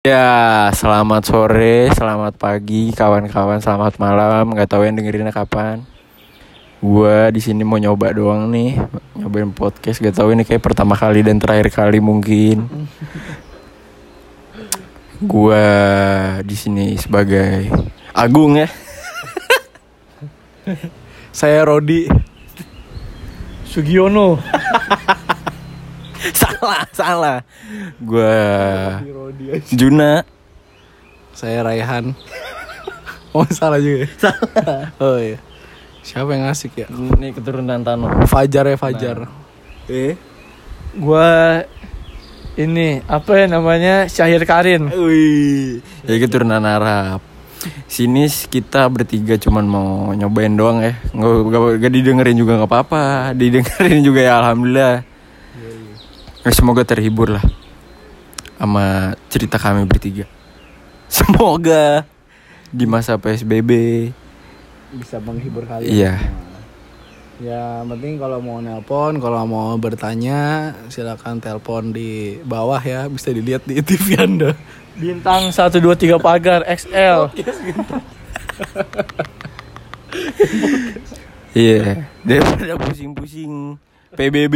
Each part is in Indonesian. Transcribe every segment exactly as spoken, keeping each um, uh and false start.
Ya, selamat sore, selamat pagi, kawan-kawan, selamat malam. Gak tahu yang dengerinnya kapan. Gua di sini mau nyoba doang nih, nyobain podcast. Gak tahu ini kayak pertama kali dan terakhir kali mungkin. Gua di sini sebagai Agung ya. Saya Rodi Sugiono. Salah, salah. Gua Juna. Saya Raihan. Oh salah juga. Salah. Oh iya. Siapa yang asik ya? Ini keturunan Tano. Fajar ya Fajar. Nah. Eh? Gua ini apa ya namanya Syahir Karin. Wih, ya keturunan Arab. Sini kita bertiga cuman mau nyobain doang ya. Nggak, nggak, nggak didengerin juga nggak apa-apa. Didengerin juga ya alhamdulillah. Semoga terhibur lah sama cerita kami bertiga. Semoga di masa P S B B Bisa menghibur kalian. Iya. Ya penting kalau mau nelpon, kalau mau bertanya silakan telepon di bawah ya. Bisa dilihat di T V Anda. Bintang satu dua tiga pagar X L. Iya. Daripada pusing-pusing P B B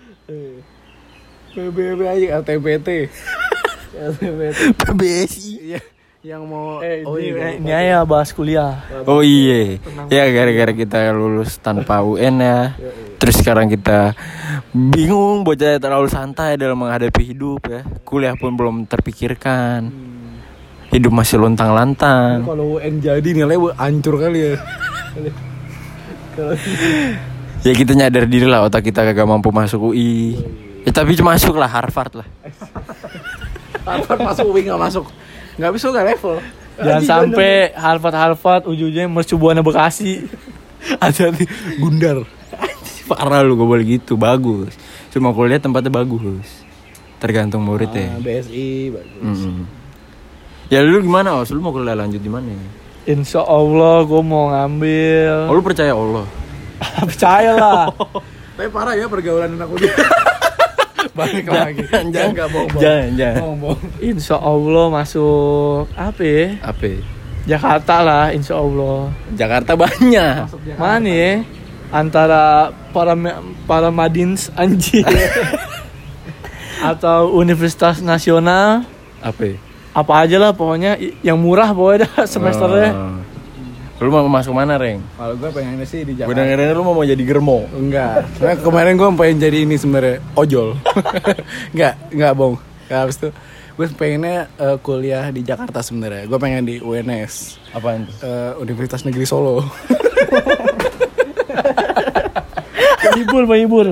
P B B aja L T B T. L T B T. P B S I. Iya. Yang mau Eh, oh ini, iya. ini aja bahas kuliah. Oh iya. Ya gara-gara kita lulus tanpa U N ya. Terus sekarang kita bingung, bocah terlalu santai dalam menghadapi hidup ya. Kuliah pun belum terpikirkan. Hidup masih lontang-lantang. Kalau U N jadi nilai hancur kali ya. Kalau Ya kita nyadar diri lah, otak kita kagak mampu masuk U I. Ya tapi cuma masuk lah Harvard lah. Harvard masuk U I nggak masuk, nggak bisa nggak level. Jangan sampai Harvard Harvard ujungnya Mercu Buana Bekasi. Ada nih Gundar. Parah lu, gak boleh gitu, bagus. Cuma kuliah tempatnya bagus. Tergantung muridnya. Ah, B S I bagus. Mm-hmm. Ya lu gimana Os? Lu mau kuliah lanjut di mana? Insya Allah gue mau ngambil. Oh lu percaya Allah? Percaya lah. Tapi parah ya pergaulan anak kuliah. Balik lagi. Jangan, nggak bohong. Jangan, jangan. Bohong. Insya Allah masuk apa ya? Apa? Jakarta lah Insya Allah. Jakarta banyak. Mana ya? Antara para para Madins anjir atau Universitas Nasional, Apa? apa aja lah pokoknya yang murah pokoknya dah semesternya. Oh. Lu mau masuk mana, Reng? Kalau gue pengennya sih di Gue Jakarta. dengerin lu mau jadi germo. Enggak. Nah, kemarin gue pengen jadi ini sebenarnya ojol. Enggak, enggak bohong. Habis itu gue pengennya uh, kuliah di Jakarta sebenarnya. Gue pengen di U N S. Apaan tuh? Uh, Universitas Negeri Solo. Penghibur, penghibur.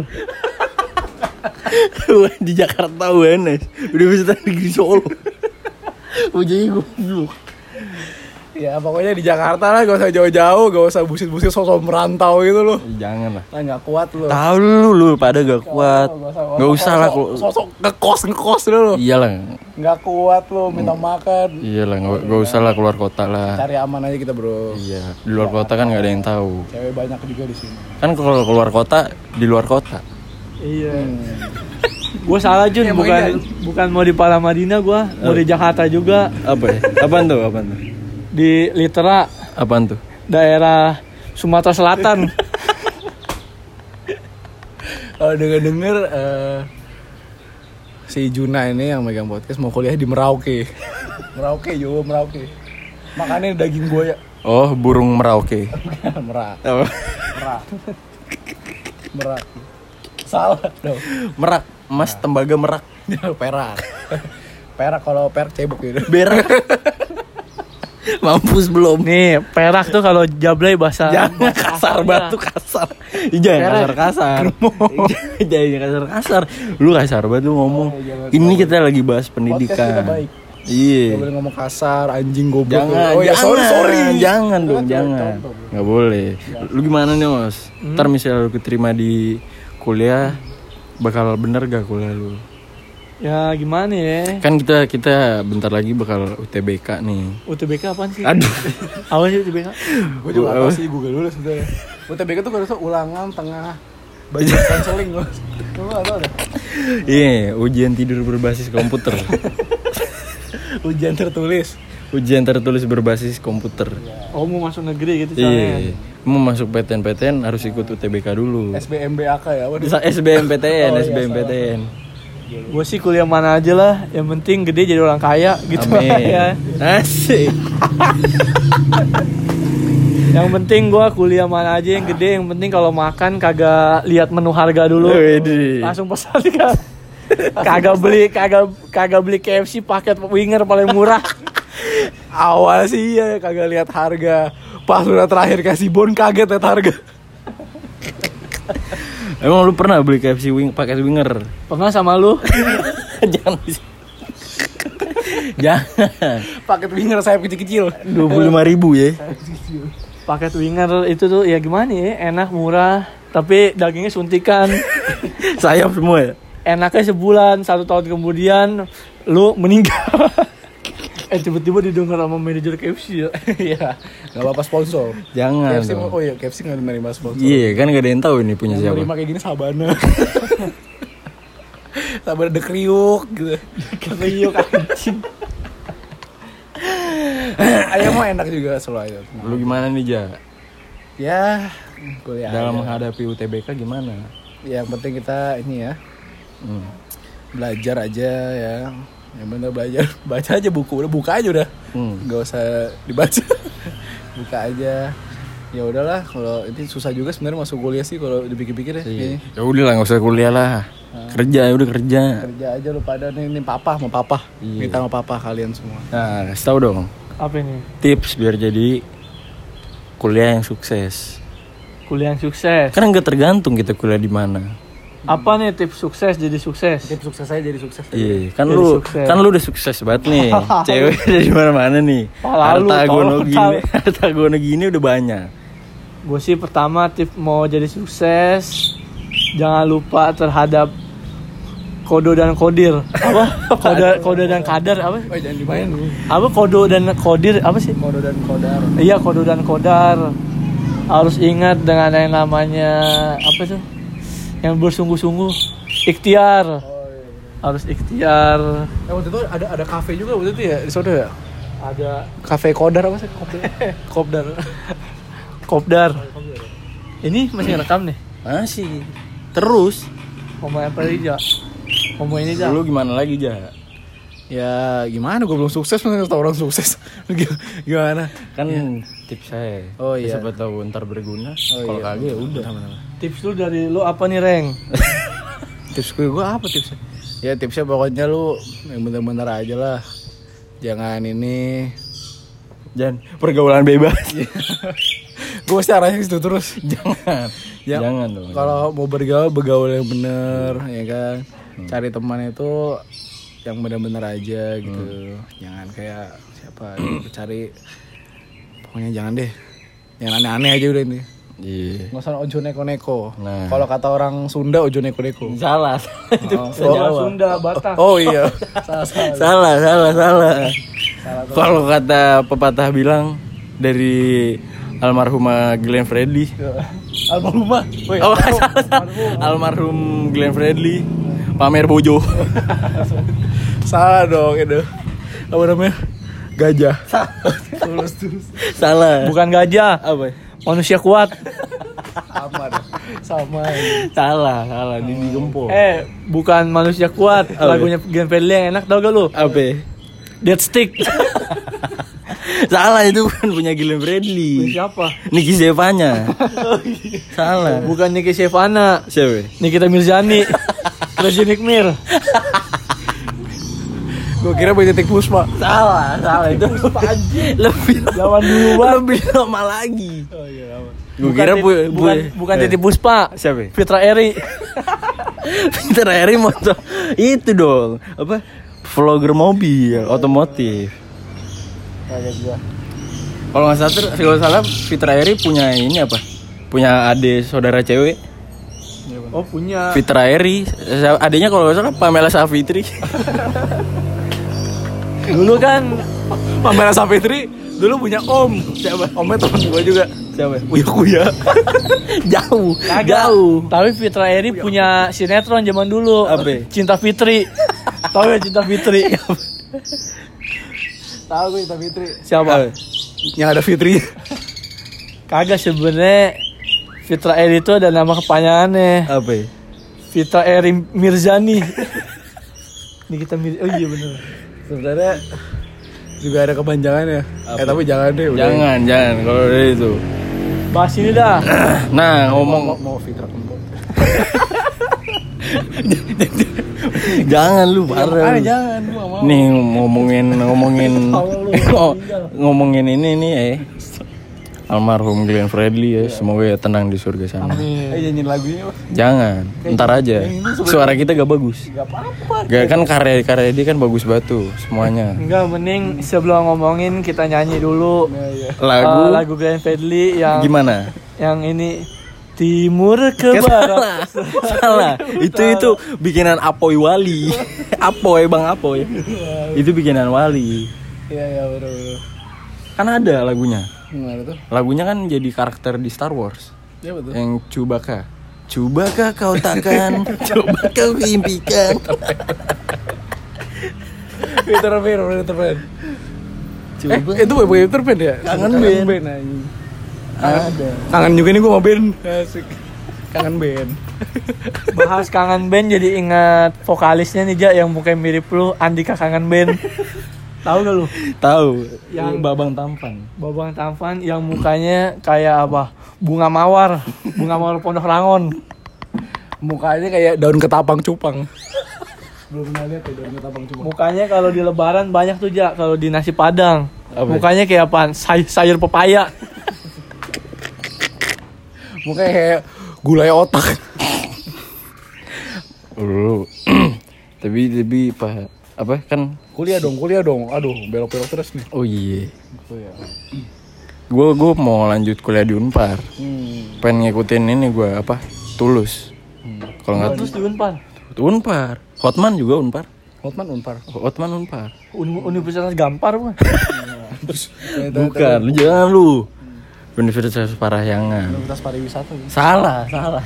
Di Jakarta U N S Universitas Negeri Solo. Ujungnya goblok. Ya pokoknya di Jakarta lah, gak usah jauh-jauh, gak usah busit-busit sosok merantau gitu loh. Jangan lah. Nah gak kuat loh. Tahu lu lu pada gak kuat. Gak usah lah. Sosok ngekos ngekos dulu. Iyalah. Gak kuat lo minta makan. Iyalah gak, gak usah lah keluar kota lah. Cari aman aja kita bro. Iya. Di luar kota kan gak ada yang tahu. Cewek banyak juga di sini. Kan kalau keluar kota di luar kota. Iya. Gue salah Jun, Ya, bukan bukan mau di Paramadina gue, mau di Jakarta juga. Apa ya? Apaan tuh? Apaan tuh? Di Litera, Apaan tuh? daerah Sumatera Selatan. Kalau denger-denger uh, si Juna ini yang megang podcast mau kuliah di Merauke. Merauke juga Merauke. Makannya daging buaya. Oh, burung Merauke. Merak. Apa? Merak. Merak. Salah dong. Merak, Mas tembaga merak. Perak. Perak kalau perak cebok gitu. Berak. Mampus belum. Nih, perak tuh kalau jablay bahasa Jangan kasar batu kasar. Jangan kasar kasar. Jangan kasar kasar. Lu kasar banget lu ngomong. Ini kita lagi bahas Podcast kita pendidikan. baik. Iya. Gak boleh ngomong kasar, anjing goblok. Jangan, oh ya jangan, sorry sorry. Jangan dong, Contoh, jangan. contoh. Nggak boleh. Lu gimana nih Mas? Hmm? Ntar misalnya lu keterima di kuliah, bakal bener gak kuliah lu? Ya gimana ya? Kan kita kita bentar lagi bakal U T B K nih. U T B K apaan sih? Aduh. Apa sih U T B K? Gue juga apa sih Google dulu sebenarnya. U T B K tuh kalau ulangan tengah budget counseling loh. Lu enggak tahu deh. Iya, yeah, ujian tidur berbasis komputer. Ujian tertulis. Ujian tertulis berbasis komputer. Oh mau masuk negeri gitu caranya. Iya. Mau masuk P T N P T N harus ikut U T B K dulu. S B M B A K ya. Waduh. S B M P T N, Oh, iya, S B M P T N. Gue sih kuliah mana aja lah, yang penting gede jadi orang kaya gitu ya. Amin. Asik. Yang penting gue kuliah mana aja yang gede, yang penting kalau makan kagak lihat menu harga dulu. Widih. Langsung pesan kan. Kagak beli kagak kagak beli K F C paket winger paling murah. Awal sih ya kagak lihat harga. Pas udah terakhir kasih bon kaget lihat harga. Emang lu pernah beli K F C wing pakai winger? Pernah sama lu? Jangan. Jangan. Paket winger sayap kecil-kecil. dua puluh lima ribu ya. Paket winger itu tuh ya gimana ya, enak murah tapi dagingnya suntikan. Sayap semua ya. Enaknya sebulan, satu tahun kemudian lu meninggal. Eh tiba-tiba didengar sama manajer K F C ya. Iya. Enggak apa-apa sponsor. Jangan. K F C dong. oh iya K F C enggak menerima sponsor. Iya, kan gak ada yang tahu ini punya Yang siapa. menerima kayak gini Sabana. Sabana de kriuk gitu. Kriuk anjing. Ayam mah enak juga selalu ayam. Lu gimana nih, Ja? Ya, kuliah. Dalam aja. menghadapi U T B K gimana? Yang penting kita ini ya, Hmm. belajar aja ya. Yang benar belajar, baca aja buku, udah buka aja udah. Hmm. Gak usah dibaca. Buka aja. Ya udahlah, kalau ini susah juga sebenarnya masuk kuliah sih kalau dipikir-pikir ya. Iya. Ini. Ya udah lah, nggak usah kuliah lah. Kerja ya udah kerja. Kerja aja lu pada nih, ini papa sama papa. Iya. Minta sama papa kalian semua. Nah, kasih tahu dong Apa ini? tips biar jadi kuliah yang sukses. Kuliah yang sukses. Kan nggak tergantung kita kuliah di mana. Apa nih tips sukses jadi sukses? Tips sukses aja jadi sukses. Iya, kan Jadi lu sukses. kan lu udah sukses banget nih. Cewek dari mana-mana nih. Lalu, Harta gono tolong, gini, harta gono gini udah banyak. Gue sih pertama tips mau jadi sukses, jangan lupa terhadap kodo dan kodir. Apa? Kode kode dan kadar apa? Oh, jangan dimain lu. Apa kodo dan kodir apa sih? Kodo dan kodar. Iya kodo dan kodar. Harus ingat dengan yang namanya apa tuh? Yang bersungguh-sungguh. Ikhtiar. Oh, iya. Harus ikhtiar. Eh, waktu itu ada ada kafe juga waktu itu ya di sono ya. Ada Kafe Kodar apa sih? Kopdar. Kopdar. kopdar. Ini masih ngerekam nih. Masih. Terus. Ngomong apa lagi, Ja? Ngomong ini, Ja. Lu gimana lagi, Ja? Ya gimana gue belum sukses masa tau orang sukses. Gimana? Kan tips saya. Oh, iya. Siapa tahu ntar berguna. Oh, Kalau iya. kagak ya udah. Tips lu dari lu apa nih, Reng? Tips gue gue apa tipsnya? Ya tipsnya pokoknya lu yang bener-bener aja lah. Jangan ini. Jangan pergaulan bebas. Gue pasti arahnya ke situ terus. Jangan. Ya, Jangan dong. Kalau mau bergaul bergaul yang bener ya kan. Cari teman itu yang bener-bener aja gitu. Jangan kayak siapa gitu. Cari pokoknya jangan deh. Yang aneh-aneh aja udah ini. Iya. Nggak usah ojo neko-neko. Nah. Kalau kata orang Sunda ojo neko-neko. Salah. Itu Oh, bisa oh, Jawa. Sunda, Batak. Oh iya. salah, salah. Salah, salah, salah. Kalau kata pepatah bilang dari almarhumah Glenn Fredly. Almarhumah. Oh, iya. Oh, salah, salah. Almarhum Glenn Fredly pamer bojo. Salah dong itu. Apa namanya? Gajah. Terus terus. Salah. Bukan gajah, Apa? manusia kuat. Sama dong. Sama. Salah, salah. Di digempol. Eh, bukan manusia kuat. Apa? Lagunya Glenn Fredly yang enak tau gak lu? Apa? Dead Stick. Salah, itu bukan punya Glenn Fredly. Siapa? Niki Zevanya. Salah. Bukan Niki Sevana, Siapa? Nikita Mirzani. Crazy Nick Mir. Gue kira punya titik puspa. Salah, salah itu. Lebih Zaman dulu banget. lebih lama lagi. Oh iya. Gue Bukan kira Tit- bu, bu, bukan bukan eh, Titi Puspa. Siapa? Fitra Eri. Peter Eri motor itu dong apa vlogger mobil otomotif. Kayak gua. Kalau nggak salah, ter- kalau salah Fitra Eri punya ini apa? Punya adik saudara cewek. Oh punya. Fitra Eri, adiknya kalau nggak salah Pamela Savitri. Dulu kan Pamela Savitri dulu punya om. Siapa? Omnya teman gua juga. Siapa? Uya Kuya. Jauh, kagak. jauh. Tapi Fitra Eri punya sinetron zaman dulu. Apa? Cinta Fitri. Tahu ya Cinta Fitri? Tahu gue Ita Fitri. Siapa? Yang ada Fitri. Kagak sebenarnya Fitra Eri itu ada nama kepanjangannya. Apa ya? Fitra Eri Mirzani. Ini kita mir- oh iya benar. Sebenarnya juga ada kepanjangannya. Eh tapi jangan deh. Udah. Jangan, jangan kalau dari itu. Bahas ini dah. Nah, Mau, ngomong mau Fitra Kempot. jangan lu parah. Makanya jangan, gua mau. Nih ngomongin ngomongin oh, ngomongin ini nih eh. Almarhum Glenn Fredly ya, semoga ya tenang di surga sana. Amin. Eh nyanyiin lagunya. Jangan, ntar aja. Suara kita gak bagus. Gak apa-apa. Gak kan karya-karya dia kan bagus batu semuanya. Enggak, mending sebelum ngomongin kita nyanyi dulu Lagu uh, lagu Glenn Fredly yang gimana? yang ini Timur ke Barat. Salah. Itu itu bikinan Apoy Wali. Apoy Bang Apoy. Itu bikinan Wali. Iya iya betul. Kan ada lagunya. Gimana tuh? Lagunya kan jadi karakter di Star Wars. Iya betul. Yang Chewbacca. Chewbacca kau takkan coba kau impikan. Peter Pan, Peter Pan. Coba. Eh, itu bukan Peter Pan ya? Kangen Kangen band. band anjing. Ada. Kangen juga nih gue sama band. Asik. Kangen band. Bahas kangen band jadi ingat vokalisnya nih Ja yang mukanya mirip lu, Andika Kangen Band. Tahu gak lu? Tahu. Yang Babang Tampan. Babang Tampan yang mukanya kayak apa? Bunga mawar, bunga mawar Pondok Rangon. Mukanya kayak daun ketapang cupang. Belum pernah lihat ya daun ketapang cupang. Mukanya kalau di lebaran banyak tuh Ja kalau di nasi Padang. Apa? Mukanya kayak apaan? Say- sayur pepaya. Mukanya kayak gulai otak. Dulu. tapi tapi apa apa kan Kuliah dong, kuliah dong. Aduh, belok-belok terus nih. oh iya. Kuliah. Gue gue mau lanjut kuliah di Unpar. Hmm. Pengen ngikutin ini gue apa? Tulus. Kalau nggak Terus di Unpar. Unpar. Hotman juga Unpar. Hotman Unpar. Hotman Unpar. Un- Universitas Gampar bukan? Terus Bukan, lu jangan lu. Universitas Parahyangan. Universitas pariwisata. Salah, salah.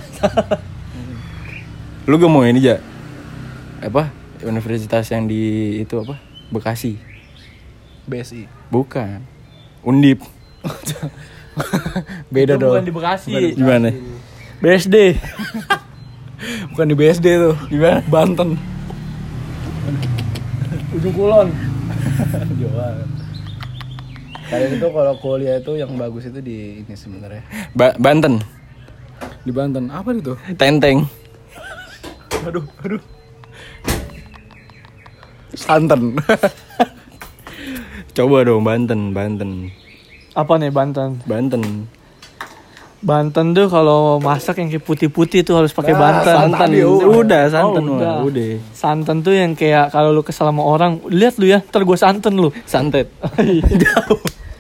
Lu gak mau ini ja? Apa? Universitas yang di itu apa? Bekasi. B S I. Bukan. Undip. Beda Itu dong. bukan di Bekasi. Gimana? B S D. Bukan di B S D tuh. Di mana? Banten. Ujung Kulon. Jualan. Kalian itu kalau kuliah itu yang bagus itu di ini sebenarnya. Ba- Banten. Di Banten. Apa itu? Tenteng. Aduh, aduh. Santen. Coba dong Banten, Banten. Apa nih Banten? Banten. Banten tuh kalau masak yang kayak putih-putih tuh harus pakai Nah, banten. Santan. Tadi, Udah, udah. santan Oh, udah. udah. udah. Santan tuh yang kayak kalau lu kesel sama orang, lihat lu ya, ntar gue santen lu. Santet. Jauh.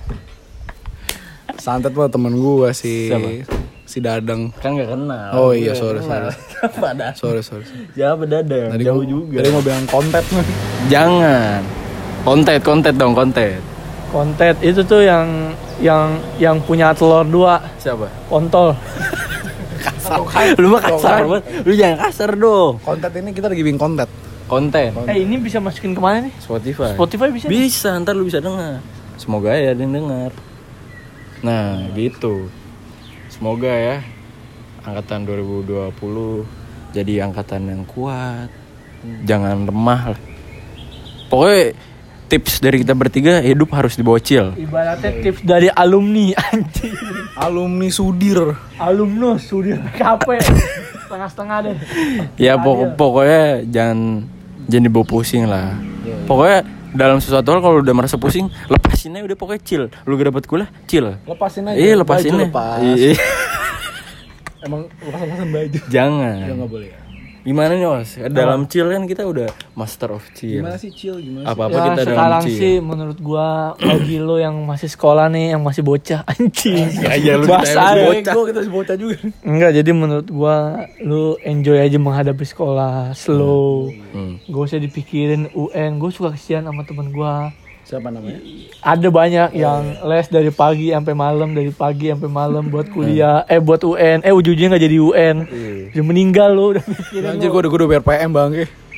Santet mah temen gua si Siapa? si Dadang. Kan gak kenal. Oh iya, sorry sorry. Pada. Sorry sorry. Siapa Dadang? Tadi Jauh gua- juga. Tadi mau bilang kontet nih. Jangan. Kontet, kontet dong, kontet. Kontet itu tuh yang yang yang punya telur dua, Siapa? kontol. Lu mah kasar banget. Lu jangan kasar dong. Kontet ini kita lagi bikin kontet. Konten. Eh ini bisa masukin kemana nih? Spotify. Spotify bisa? nih? Bisa, ntar lu bisa dengar. Semoga ya ada yang dengar. Nah, gitu. Semoga ya angkatan dua ribu dua puluh jadi angkatan yang kuat. Jangan lemah lah. Pokoknya tips dari kita bertiga, hidup harus dibocil. Ibaratnya tips dari alumni anjing. Alumni Sudir. Alumnus sudah capek. Setengah-setengah deh. Ya pok- pokoknya jangan jangan dibawa pusing lah. Pokoknya dalam sesuatu hal kalau udah merasa pusing, lepasin aja udah pokoknya chill. Lu gak dapat kuliah, chill. Lepasin aja. Iya, lepasin Baju aja. lepas. Iya. Emang lepas-lepasan baju. Jangan. Ya enggak boleh ya. Gimana nih Mas? Dalam chill kan kita udah master of chill. Gimana sih chill gimana sih? Apa-apa Ya kita dalam sekarang chill. sih menurut gua bagi lo yang masih sekolah nih, yang masih bocah anjing. Ya, ya, lu Bahasa kita yang aja. bocah. Gue kita masih bocah juga. Enggak, jadi menurut gua lu enjoy aja menghadapi sekolah, slow. Hmm. Gak usah dipikirin U N. Gue suka kesian sama temen gua. Siapa namanya? Ada banyak yang les dari pagi sampai malam, dari pagi sampai malam buat kuliah, eh buat U N, eh ujung-ujungnya nggak jadi U N. Udah meninggal lu, udah mikirin Anjir lu. gue udah gue udah bayar P M bang.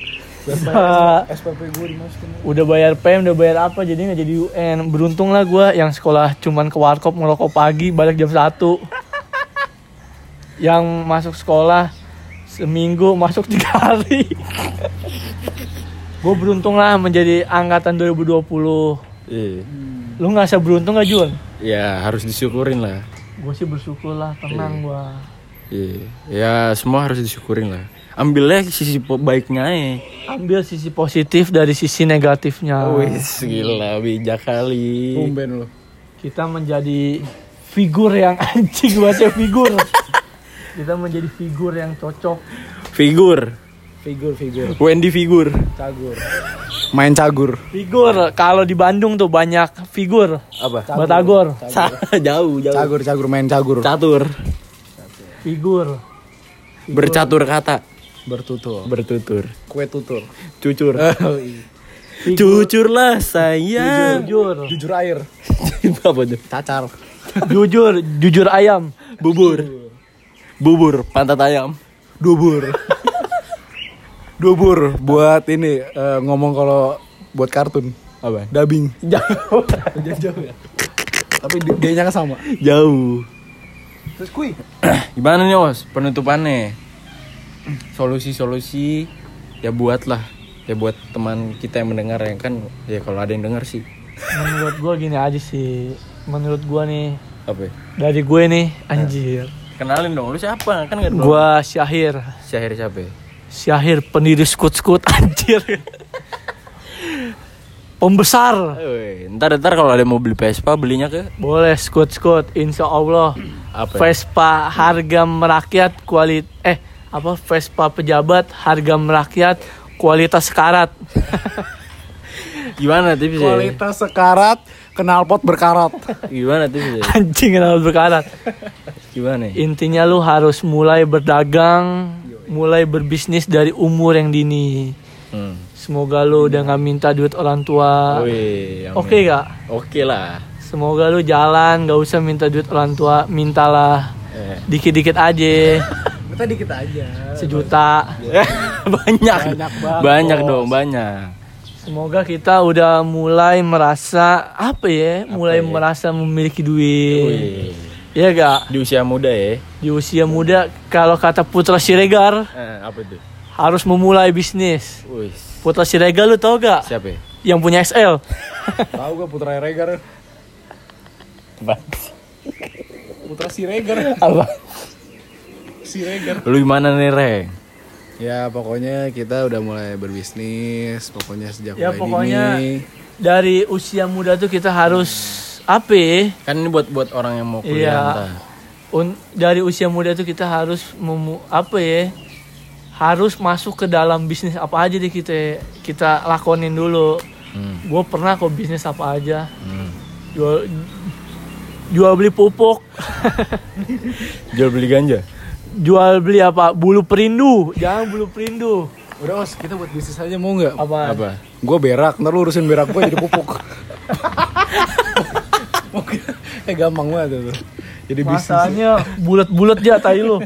Bisa. S P P gue dimasukin. Udah bayar P M, udah bayar apa, jadi nggak jadi U N. Beruntung lah gue yang sekolah cuman ke warkop ngerokok pagi, balik jam satu. Yang masuk sekolah seminggu masuk tiga hari. Gue beruntung lah menjadi angkatan dua ribu dua puluh. Iya. Lu ngerasa beruntung gak Jun? Ya harus disyukurin lah. Gue sih bersyukur lah, tenang gue. Iya. Ya semua harus disyukurin lah. Ambilnya sisi po- baiknya ya. Ambil sisi positif dari sisi negatifnya. Wis gila bijak kali. Tumben lo. Kita menjadi figur yang anjing, bahasa figur. Kita menjadi figur yang cocok. Figur. Figur-figur. Wendy figur. Cagur. Main cagur. Figur, kalau di Bandung tuh banyak figur. Apa? Batagor. jauh jauh. Cagur, cagur, main cagur. Catur. Figur. Figur. Bercatur kata. Bertutur. Bertutur. Kue tutur. Cucur. Oh, iya. Figur. Cucurlah saya. Jujur. Jujur air. Apa tuh? Cacar. Jujur, jujur ayam. Bubur. Bubur pantat ayam. Dubur. Dubur buat ini eh, ngomong kalau buat kartun. Apa? Dubbing. Jauh. Jauh ya. Tapi D-nya kan sama. Jauh. Terus kui. Gimana nih Os penutupannya? Solusi-solusi ya buatlah. Ya buat teman kita yang mendengar yang kan ya kalau ada yang dengar sih. Menurut gue gini aja sih. Menurut gue nih, Apa? dari gue nih, anjir. Kenalin dong, lu siapa? Kan enggak Gue Syahir. Syahir siapa? Ya? Syahir pendiri skut-skut, anjir. Pembesar. Woi, ntar ntar kalau ada mau beli Vespa belinya ke Boleh skut-skut, insya Allah. apa? Vespa harga merakyat kualit eh apa Vespa pejabat harga merakyat kualitas sekarat. Gimana tipsnya? Kualitas sekarat, knalpot berkarat. Gimana tipsnya? Anjing kenapa berkarat. Gimana? Intinya lu harus mulai berdagang, mulai berbisnis dari umur yang dini. Hmm. Semoga lu udah gak minta duit orang tua. Wih, amin. Oke gak? Oke lah. Semoga lu jalan gak usah minta duit orang tua, mintalah Eh. dikit-dikit aja. Kita dikit aja. Sejuta. banyak. Banyak banget, Banyak Bos. dong, banyak. Semoga kita udah mulai merasa apa ya? Mulai ya? merasa memiliki duit. Wih. Iya gak? Di usia muda ya. Di usia muda kalau kata Putra Siregar Eh, apa tuh? harus memulai bisnis. Wih. Putra Siregar lu tau gak? Siapa ya? Yang punya X L. Tahu gak Putra Regar? Putra Siregar. Apa? Siregar. Lu gimana nih, Reng? Ya pokoknya kita udah mulai berbisnis. Pokoknya sejak Ya mulai pokoknya dini. dari usia muda tuh kita harus apa ya? Kan ini buat buat orang yang mau kuliah. Iya. Entah. Un- dari usia muda tuh kita harus memu- apa ya? Harus masuk ke dalam bisnis apa aja deh kita kita lakonin dulu. Hmm. Gue pernah kok bisnis apa aja. Hmm. Jual jual beli pupuk. Jual beli ganja. Jual beli apa? Bulu perindu. Jangan bulu perindu. Udah Os, kita buat bisnis aja mau nggak? Apa? Apa? Gue berak, ntar lu urusin berak gue jadi pupuk. Kayak gampang banget tuh. Jadi bisnis. Masanya bulat-bulat ya tai lu.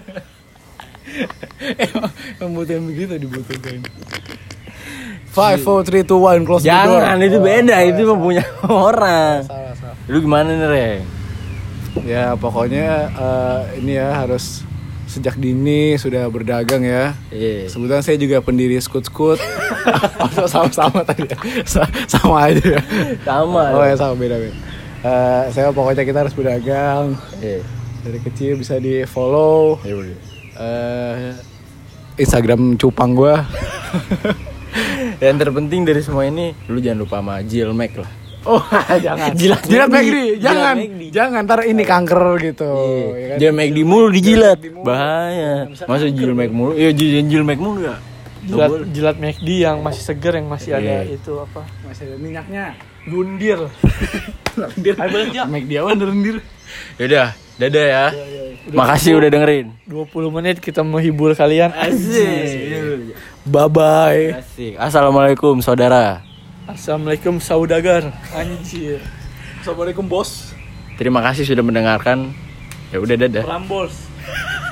Emang butuhin begitu dibutuhin. Five, four, three, two, one, close the door. Jangan, itu beda, itu mah punya orang. Salah, salah. Lu gimana nih, Reng? Ya pokoknya eh, ini ya harus sejak dini sudah berdagang ya. Iya. Sebetulnya saya juga pendiri skut-skut. Atau sama-sama tadi ya? Sa- Sama aja ya? Sama. Oh ya sama beda-beda. Eh, saya pokoknya kita harus berdagang. Iya. Dari kecil bisa di follow. Iya, boleh. Eh, Instagram cupang gua. Yang terpenting dari semua ini, lu jangan lupa sama Jilmek lah. Oh jangan. Jilat Jilat McD. McD. Jangan. Jilat McD. Jangan ntar ini kanker gitu. Iya. ya kan? Jangan McD mulu dijilat. McD mulu. Bahaya. Masa Jilmek mulu? Iya, jangan Jilmek mulu ya. Jilat jilat McD yang masih seger, yang masih ada Iya. itu apa? Masih ada minyaknya. Lundir. Lendir. Ayo balik ya. McD apa lendir? Yaudah, dadah ya. Makasih udah dengerin. dua puluh menit kita menghibur kalian. Asik. Bye bye. Asik. Assalamualaikum saudara. Assalamualaikum saudagar. Anjir. Assalamualaikum bos. Terima kasih sudah mendengarkan. Ya udah dadah. Prambors.